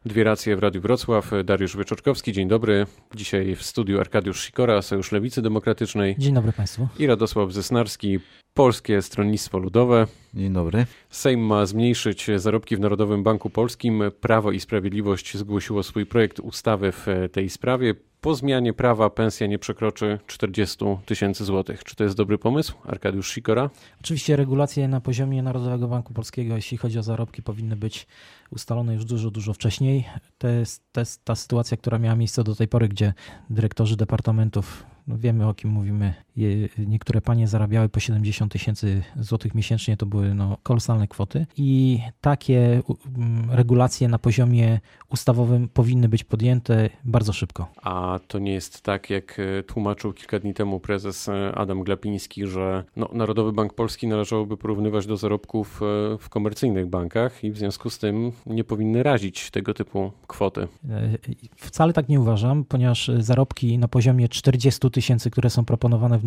Dwie racje w Radiu Wrocław. Dariusz Wieczorkowski, dzień dobry. Dzisiaj w studiu Arkadiusz Sikora, Sojusz Lewicy Demokratycznej. Dzień dobry Państwu. I Radosław Zesnarski, Polskie Stronnictwo Ludowe. Dzień dobry. Sejm ma zmniejszyć zarobki w Narodowym Banku Polskim. Prawo i Sprawiedliwość zgłosiło swój projekt ustawy w tej sprawie. Po zmianie prawa pensja nie przekroczy 40 tysięcy złotych. Czy to jest dobry pomysł? Arkadiusz Sikora? Oczywiście regulacje na poziomie Narodowego Banku Polskiego, jeśli chodzi o zarobki, powinny być ustalone już dużo wcześniej. To jest ta sytuacja, która miała miejsce do tej pory, gdzie dyrektorzy departamentów, wiemy o kim mówimy, niektóre panie zarabiały po 70 tysięcy złotych miesięcznie, to były kolosalne kwoty i takie regulacje na poziomie ustawowym powinny być podjęte bardzo szybko. A to nie jest tak, jak tłumaczył kilka dni temu prezes Adam Glapiński, że Narodowy Bank Polski należałoby porównywać do zarobków w komercyjnych bankach i w związku z tym nie powinny razić tego typu kwoty. Wcale tak nie uważam, ponieważ zarobki na poziomie 40 tysięcy, które są proponowane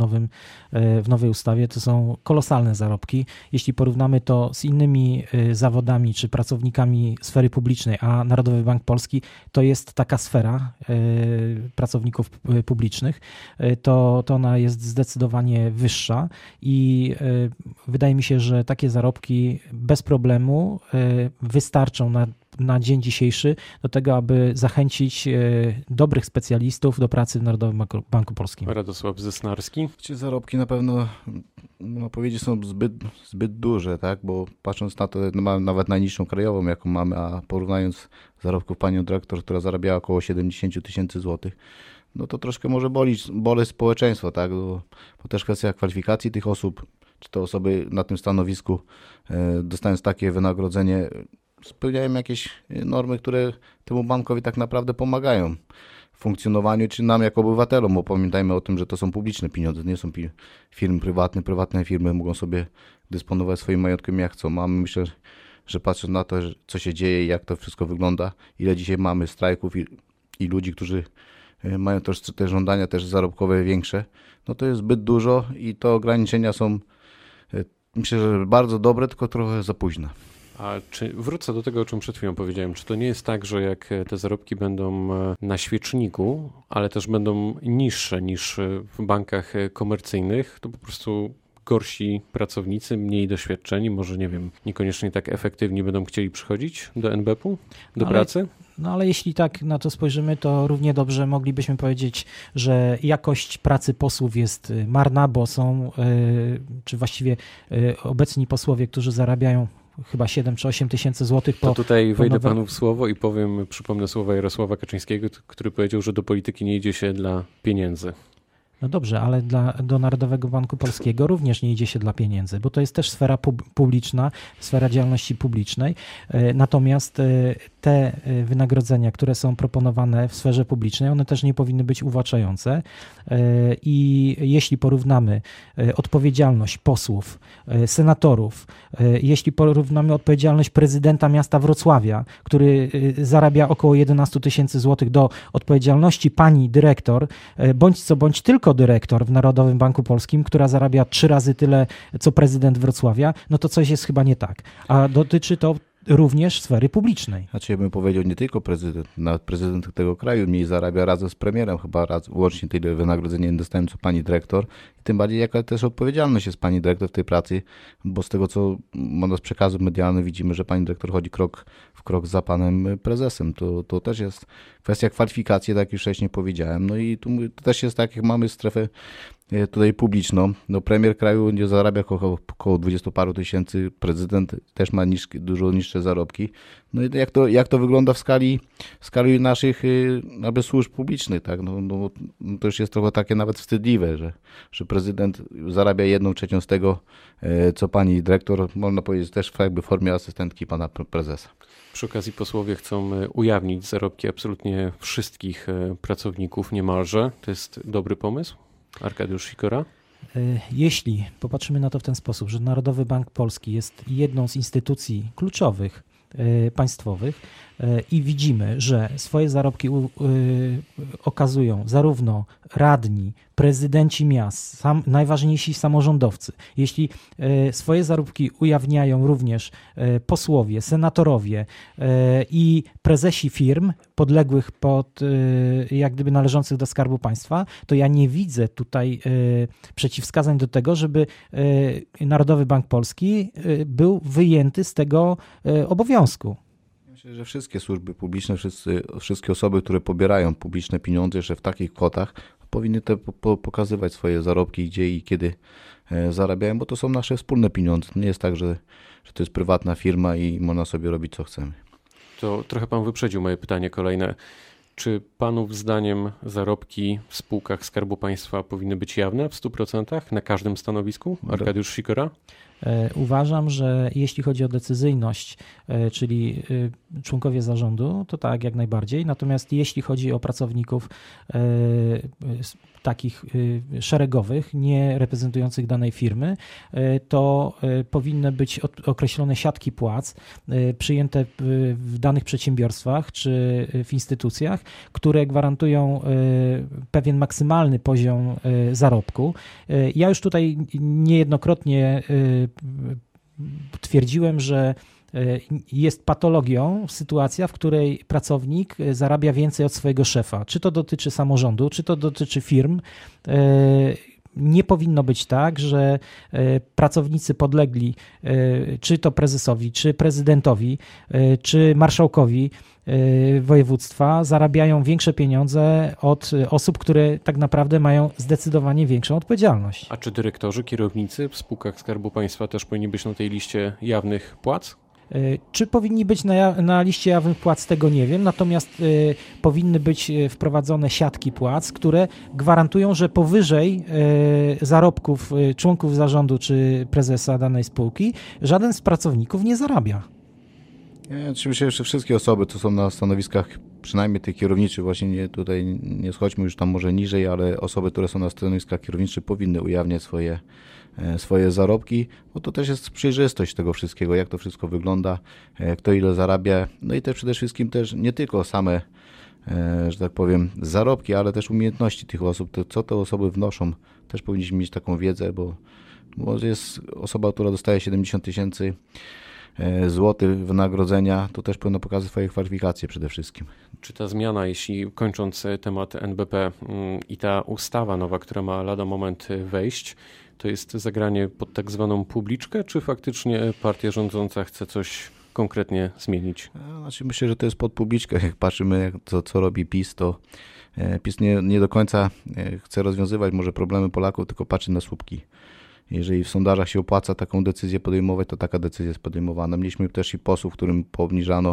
w nowej ustawie, to są kolosalne zarobki. Jeśli porównamy to z innymi zawodami czy pracownikami sfery publicznej, a Narodowy Bank Polski to jest taka sfera pracowników publicznych, to ona jest zdecydowanie wyższa i wydaje mi się, że takie zarobki bez problemu wystarczą na dzień dzisiejszy do tego, aby zachęcić dobrych specjalistów do pracy w Narodowym Banku Polskim. Radosław Zesnarski. Zarobki na pewno, powiedzieć, są zbyt duże, tak? Bo patrząc na to, mamy nawet najniższą krajową, jaką mamy, a porównując zarobków panią dyrektor, która zarabiała około 70 tysięcy złotych, to troszkę może boleć społeczeństwo, tak? Bo też kwestia kwalifikacji tych osób, czy te osoby na tym stanowisku, dostając takie wynagrodzenie, spełniają jakieś normy, które temu bankowi tak naprawdę pomagają w funkcjonowaniu, czy nam jako obywatelom, bo pamiętajmy o tym, że to są publiczne pieniądze, nie są firmy prywatne firmy mogą sobie dysponować swoim majątkiem jak chcą. Myślę, że patrząc na to, co się dzieje i jak to wszystko wygląda, ile dzisiaj mamy strajków i ludzi, którzy mają też te żądania też zarobkowe większe, to jest zbyt dużo i te ograniczenia są, myślę, że bardzo dobre, tylko trochę za późno. A wrócę do tego, o czym przed chwilą powiedziałem. Czy to nie jest tak, że jak te zarobki będą na świeczniku, ale też będą niższe niż w bankach komercyjnych, to po prostu gorsi pracownicy, mniej doświadczeni, może niekoniecznie tak efektywni będą chcieli przychodzić do NBP-u, do pracy? Ale jeśli tak na to spojrzymy, to równie dobrze moglibyśmy powiedzieć, że jakość pracy posłów jest marna, bo są, czy właściwie obecni posłowie, którzy zarabiają chyba 7 czy 8 tysięcy złotych. To tutaj wejdę panu w słowo i przypomnę słowa Jarosława Kaczyńskiego, który powiedział, że do polityki nie idzie się dla pieniędzy. No dobrze, ale do Narodowego Banku Polskiego również nie idzie się dla pieniędzy, bo to jest też sfera publiczna, sfera działalności publicznej. Natomiast te wynagrodzenia, które są proponowane w sferze publicznej, one też nie powinny być uwłaczające. I jeśli porównamy odpowiedzialność posłów, senatorów, jeśli porównamy odpowiedzialność prezydenta miasta Wrocławia, który zarabia około 11 tysięcy złotych, do odpowiedzialności pani dyrektor, bądź tylko dyrektor w Narodowym Banku Polskim, która zarabia 3 razy tyle, co prezydent Wrocławia, to coś jest chyba nie tak. A dotyczy to również sfery publicznej. Ja bym powiedział, nie tylko prezydent, nawet prezydent tego kraju mniej zarabia razem z premierem, chyba łącznie tyle wynagrodzenia nie dostałem co pani dyrektor. I tym bardziej jaka też odpowiedzialność jest pani dyrektor w tej pracy, bo z tego co mamy z przekazów medialnych widzimy, że pani dyrektor chodzi krok w krok za panem prezesem. To też jest kwestia kwalifikacji, tak jak już wcześniej powiedziałem. I tu też jest tak, jak mamy strefę tutaj publiczną. Premier kraju nie zarabia około 20 paru tysięcy, prezydent też ma dużo niższe zarobki. I jak to wygląda w skali naszych służb publicznych, tak? To już jest trochę takie nawet wstydliwe, że prezydent zarabia 1/3 z tego, co pani dyrektor, można powiedzieć, też w formie asystentki pana prezesa. Przy okazji posłowie chcą ujawnić zarobki absolutnie wszystkich pracowników niemalże. To jest dobry pomysł? Arkadiusz Sikora? Jeśli popatrzymy na to w ten sposób, że Narodowy Bank Polski jest jedną z instytucji kluczowych państwowych i widzimy, że swoje zarobki okazują zarówno radni, prezydenci miast, najważniejsi samorządowcy, jeśli swoje zarobki ujawniają również posłowie, senatorowie i prezesi firm podległych pod, jak gdyby należących do Skarbu Państwa, to ja nie widzę tutaj przeciwwskazań do tego, żeby Narodowy Bank Polski był wyjęty z tego obowiązku. Myślę, że wszystkie służby publiczne, wszystkie osoby, które pobierają publiczne pieniądze jeszcze w takich kwotach, powinny pokazywać swoje zarobki, gdzie i kiedy zarabiają, bo to są nasze wspólne pieniądze. Nie jest tak, że to jest prywatna firma i można sobie robić co chcemy. To trochę pan wyprzedził moje pytanie kolejne. Czy panów zdaniem zarobki w spółkach Skarbu Państwa powinny być jawne w 100% na każdym stanowisku? Arkadiusz Sikora? Uważam, że jeśli chodzi o decyzyjność, czyli członkowie zarządu, to tak, jak najbardziej. Natomiast jeśli chodzi o pracowników takich szeregowych, nie reprezentujących danej firmy, to powinny być określone siatki płac przyjęte w danych przedsiębiorstwach czy w instytucjach, które gwarantują pewien maksymalny poziom zarobku. Ja już tutaj niejednokrotnie twierdziłem, że jest patologią sytuacja, w której pracownik zarabia więcej od swojego szefa. Czy to dotyczy samorządu, czy to dotyczy firm. Nie powinno być tak, że pracownicy podlegli czy to prezesowi, czy prezydentowi, czy marszałkowi województwa zarabiają większe pieniądze od osób, które tak naprawdę mają zdecydowanie większą odpowiedzialność. A czy dyrektorzy, kierownicy w spółkach Skarbu Państwa też powinni być na tej liście jawnych płac? Czy powinni być na liście jawnych płac, tego nie wiem, natomiast powinny być wprowadzone siatki płac, które gwarantują, że powyżej zarobków członków zarządu czy prezesa danej spółki żaden z pracowników nie zarabia. Myślę, że wszystkie osoby, co są na stanowiskach, przynajmniej tych kierowniczych, właśnie tutaj nie schodźmy już tam może niżej, ale osoby, które są na stanowiskach kierowniczych, powinny ujawniać swoje zarobki, bo to też jest przejrzystość tego wszystkiego, jak to wszystko wygląda, kto ile zarabia, no i też przede wszystkim też nie tylko same, że tak powiem, zarobki, ale też umiejętności tych osób, to co te osoby wnoszą, też powinniśmy mieć taką wiedzę, bo jest osoba, która dostaje 70 000 złotych wynagrodzenia, to też powinno pokazać swoje kwalifikacje przede wszystkim. Czy ta zmiana, jeśli kończąc temat NBP i ta ustawa nowa, która ma lada moment wejść, to jest zagranie pod tak zwaną publiczkę, czy faktycznie partia rządząca chce coś konkretnie zmienić? Znaczy myślę, że to jest pod publiczkę. Jak patrzymy, co robi PiS, to PiS nie do końca chce rozwiązywać może problemy Polaków, tylko patrzy na słupki. Jeżeli w sondażach się opłaca taką decyzję podejmować, to taka decyzja jest podejmowana. Mieliśmy też i posłów, którym obniżano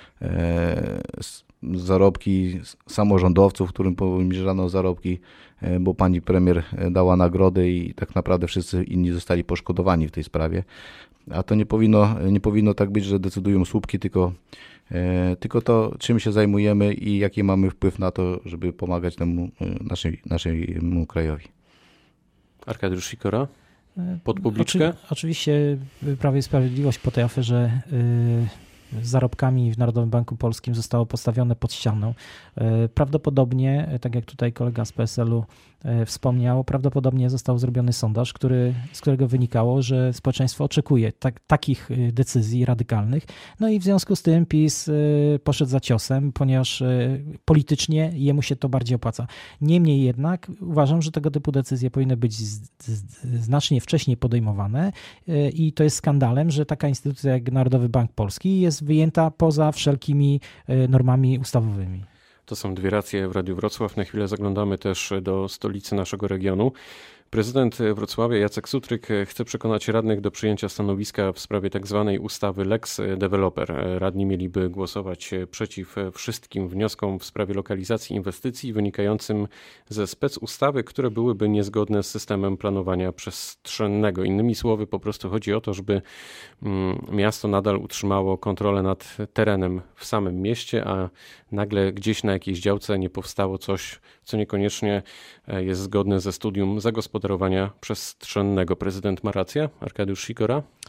zarobki, samorządowców, którym obniżano zarobki, bo pani premier dała nagrody i tak naprawdę wszyscy inni zostali poszkodowani w tej sprawie. A to nie powinno tak być, że decydują słupki, tylko to, czym się zajmujemy i jaki mamy wpływ na to, żeby pomagać temu naszemu krajowi. Arkadiusz Sikora? Pod publiczkę? Oczywiście Prawo i Sprawiedliwość po tej aferze z zarobkami w Narodowym Banku Polskim zostało postawione pod ścianą. Prawdopodobnie, tak jak tutaj kolega z PSL-u wspomniał, prawdopodobnie został zrobiony sondaż, z którego wynikało, że społeczeństwo oczekuje takich decyzji radykalnych. No i w związku z tym PiS poszedł za ciosem, ponieważ politycznie jemu się to bardziej opłaca. Niemniej jednak uważam, że tego typu decyzje powinny być znacznie wcześniej podejmowane i to jest skandalem, że taka instytucja jak Narodowy Bank Polski jest wyjęta poza wszelkimi normami ustawowymi. To są dwie racje w Radiu Wrocław. Na chwilę zaglądamy też do stolicy naszego regionu. Prezydent Wrocławia Jacek Sutryk chce przekonać radnych do przyjęcia stanowiska w sprawie tzw. ustawy Lex Developer. Radni mieliby głosować przeciw wszystkim wnioskom w sprawie lokalizacji inwestycji wynikającym ze specustawy, które byłyby niezgodne z systemem planowania przestrzennego. Innymi słowy, po prostu chodzi o to, żeby miasto nadal utrzymało kontrolę nad terenem w samym mieście, a nagle gdzieś na jakiejś działce nie powstało coś, co niekoniecznie jest zgodne ze studium zagospodarowania przestrzennego. Prezydent ma rację? Arkadiusz Sikora?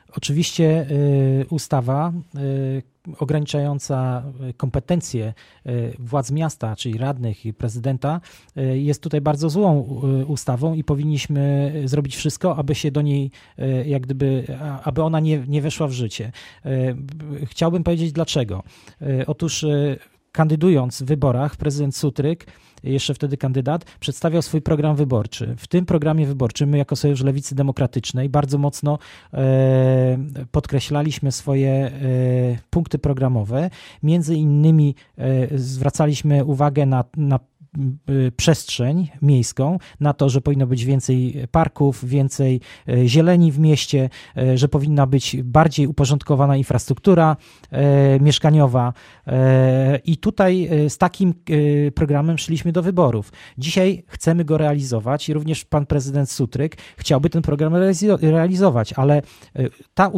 Oczywiście ustawa ograniczająca kompetencje władz miasta, czyli radnych i prezydenta, jest tutaj bardzo złą ustawą i powinniśmy zrobić wszystko, aby się do niej, jak gdyby, aby ona nie weszła w życie. Chciałbym powiedzieć dlaczego. Otóż kandydując w wyborach, prezydent Sutryk, jeszcze wtedy kandydat, przedstawiał swój program wyborczy. W tym programie wyborczym my jako Sojusz Lewicy Demokratycznej bardzo mocno podkreślaliśmy swoje punkty programowe. Między innymi zwracaliśmy uwagę na przestrzeń miejską, na to, że powinno być więcej parków, więcej zieleni w mieście, że powinna być bardziej uporządkowana infrastruktura mieszkaniowa i tutaj z takim programem szliśmy do wyborów. Dzisiaj chcemy go realizować i również pan prezydent Sutryk chciałby ten program realizować, ale ta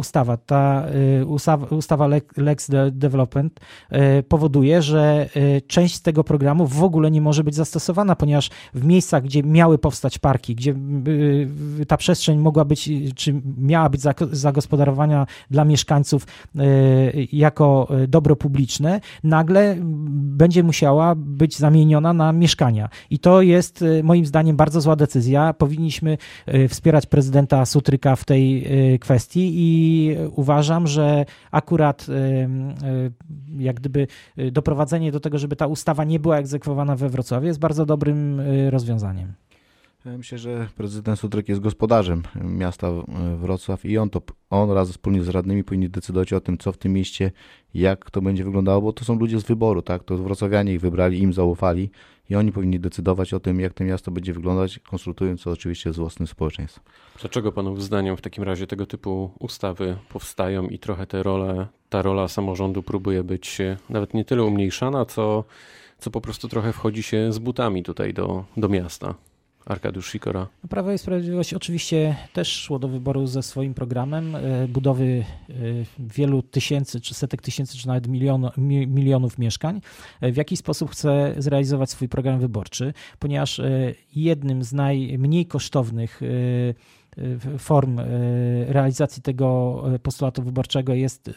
ustawa Lex Development powoduje, że część z tego programu w ogóle nie może być zastosowana, ponieważ w miejscach, gdzie miały powstać parki, gdzie ta przestrzeń mogła być, czy miała być zagospodarowana dla mieszkańców jako dobro publiczne, nagle będzie musiała być zamieniona na mieszkania. I to jest moim zdaniem bardzo zła decyzja. Powinniśmy wspierać prezydenta Sutryka w tej kwestii i uważam, że akurat jak gdyby doprowadzenie do tego, żeby ta ustawa nie była egzekwowana we Wrocławiu, jest bardzo dobrym rozwiązaniem. Ja myślę, że prezydent Sutryk jest gospodarzem miasta Wrocław i on razem wspólnie z radnymi powinni decydować o tym, co w tym mieście, jak to będzie wyglądało, bo to są ludzie z wyboru, tak? To wrocławianie ich wybrali, im zaufali i oni powinni decydować o tym, jak to miasto będzie wyglądać, konsultując to oczywiście z własnym społeczeństwem. Dlaczego panów zdaniem w takim razie tego typu ustawy powstają i trochę ta rola samorządu próbuje być nawet nie tyle umniejszana, co po prostu trochę wchodzi się z butami tutaj do miasta? Arkadiusz Sikora. Prawo i Sprawiedliwość oczywiście też szło do wyboru ze swoim programem budowy wielu tysięcy, czy setek tysięcy, czy nawet milionów mieszkań. W jaki sposób chce zrealizować swój program wyborczy, ponieważ jednym z najmniej kosztownych form realizacji tego postulatu wyborczego jest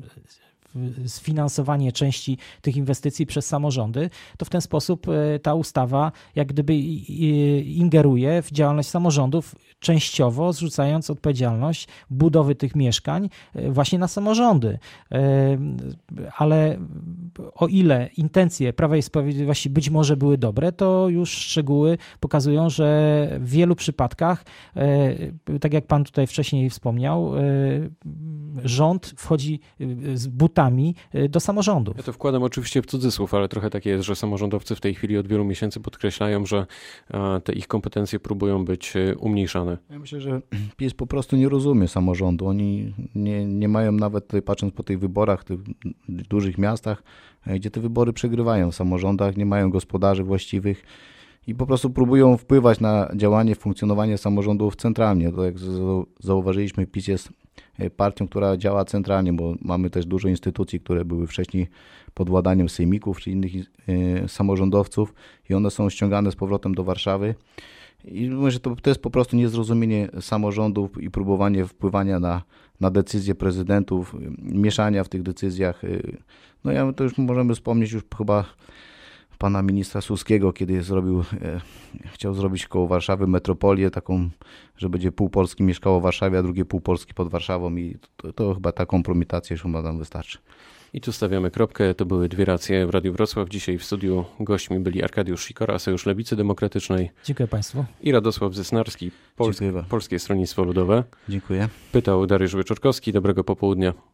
sfinansowanie części tych inwestycji przez samorządy, to w ten sposób ta ustawa jak gdyby ingeruje w działalność samorządów, częściowo zrzucając odpowiedzialność budowy tych mieszkań właśnie na samorządy. Ale o ile intencje Prawa i Sprawiedliwości być może były dobre, to już szczegóły pokazują, że w wielu przypadkach, tak jak pan tutaj wcześniej wspomniał, rząd wchodzi z butami do samorządów. Ja to wkładam oczywiście w cudzysłów, ale trochę tak jest, że samorządowcy w tej chwili od wielu miesięcy podkreślają, że te ich kompetencje próbują być umniejszane. Ja myślę, że PiS po prostu nie rozumie samorządu. Oni nie mają nawet, tutaj patrząc po tych wyborach, tych dużych miastach, gdzie te wybory przegrywają w samorządach, nie mają gospodarzy właściwych i po prostu próbują wpływać na działanie, funkcjonowanie samorządów centralnie. To jak zauważyliśmy, PiS jest partią, która działa centralnie, bo mamy też dużo instytucji, które były wcześniej pod władaniem sejmików czy innych samorządowców i one są ściągane z powrotem do Warszawy. I myślę, że to jest po prostu niezrozumienie samorządów i próbowanie wpływania na decyzje prezydentów, mieszania w tych decyzjach. No to już możemy wspomnieć już chyba pana ministra Suskiego, kiedy chciał zrobić koło Warszawy metropolię taką, że będzie pół Polski mieszkało w Warszawie, a drugie pół Polski pod Warszawą i to chyba ta kompromitacja już chyba nam wystarczy. I tu stawiamy kropkę. To były dwie racje w Radiu Wrocław. Dzisiaj w studiu gośćmi byli Arkadiusz Sikora, Sojusz Lewicy Demokratycznej. Dziękuję państwu. I Radosław Zysnarski, Polskie Stronnictwo Ludowe. Dziękuję. Pytał Dariusz Wieczorkowski. Dobrego popołudnia.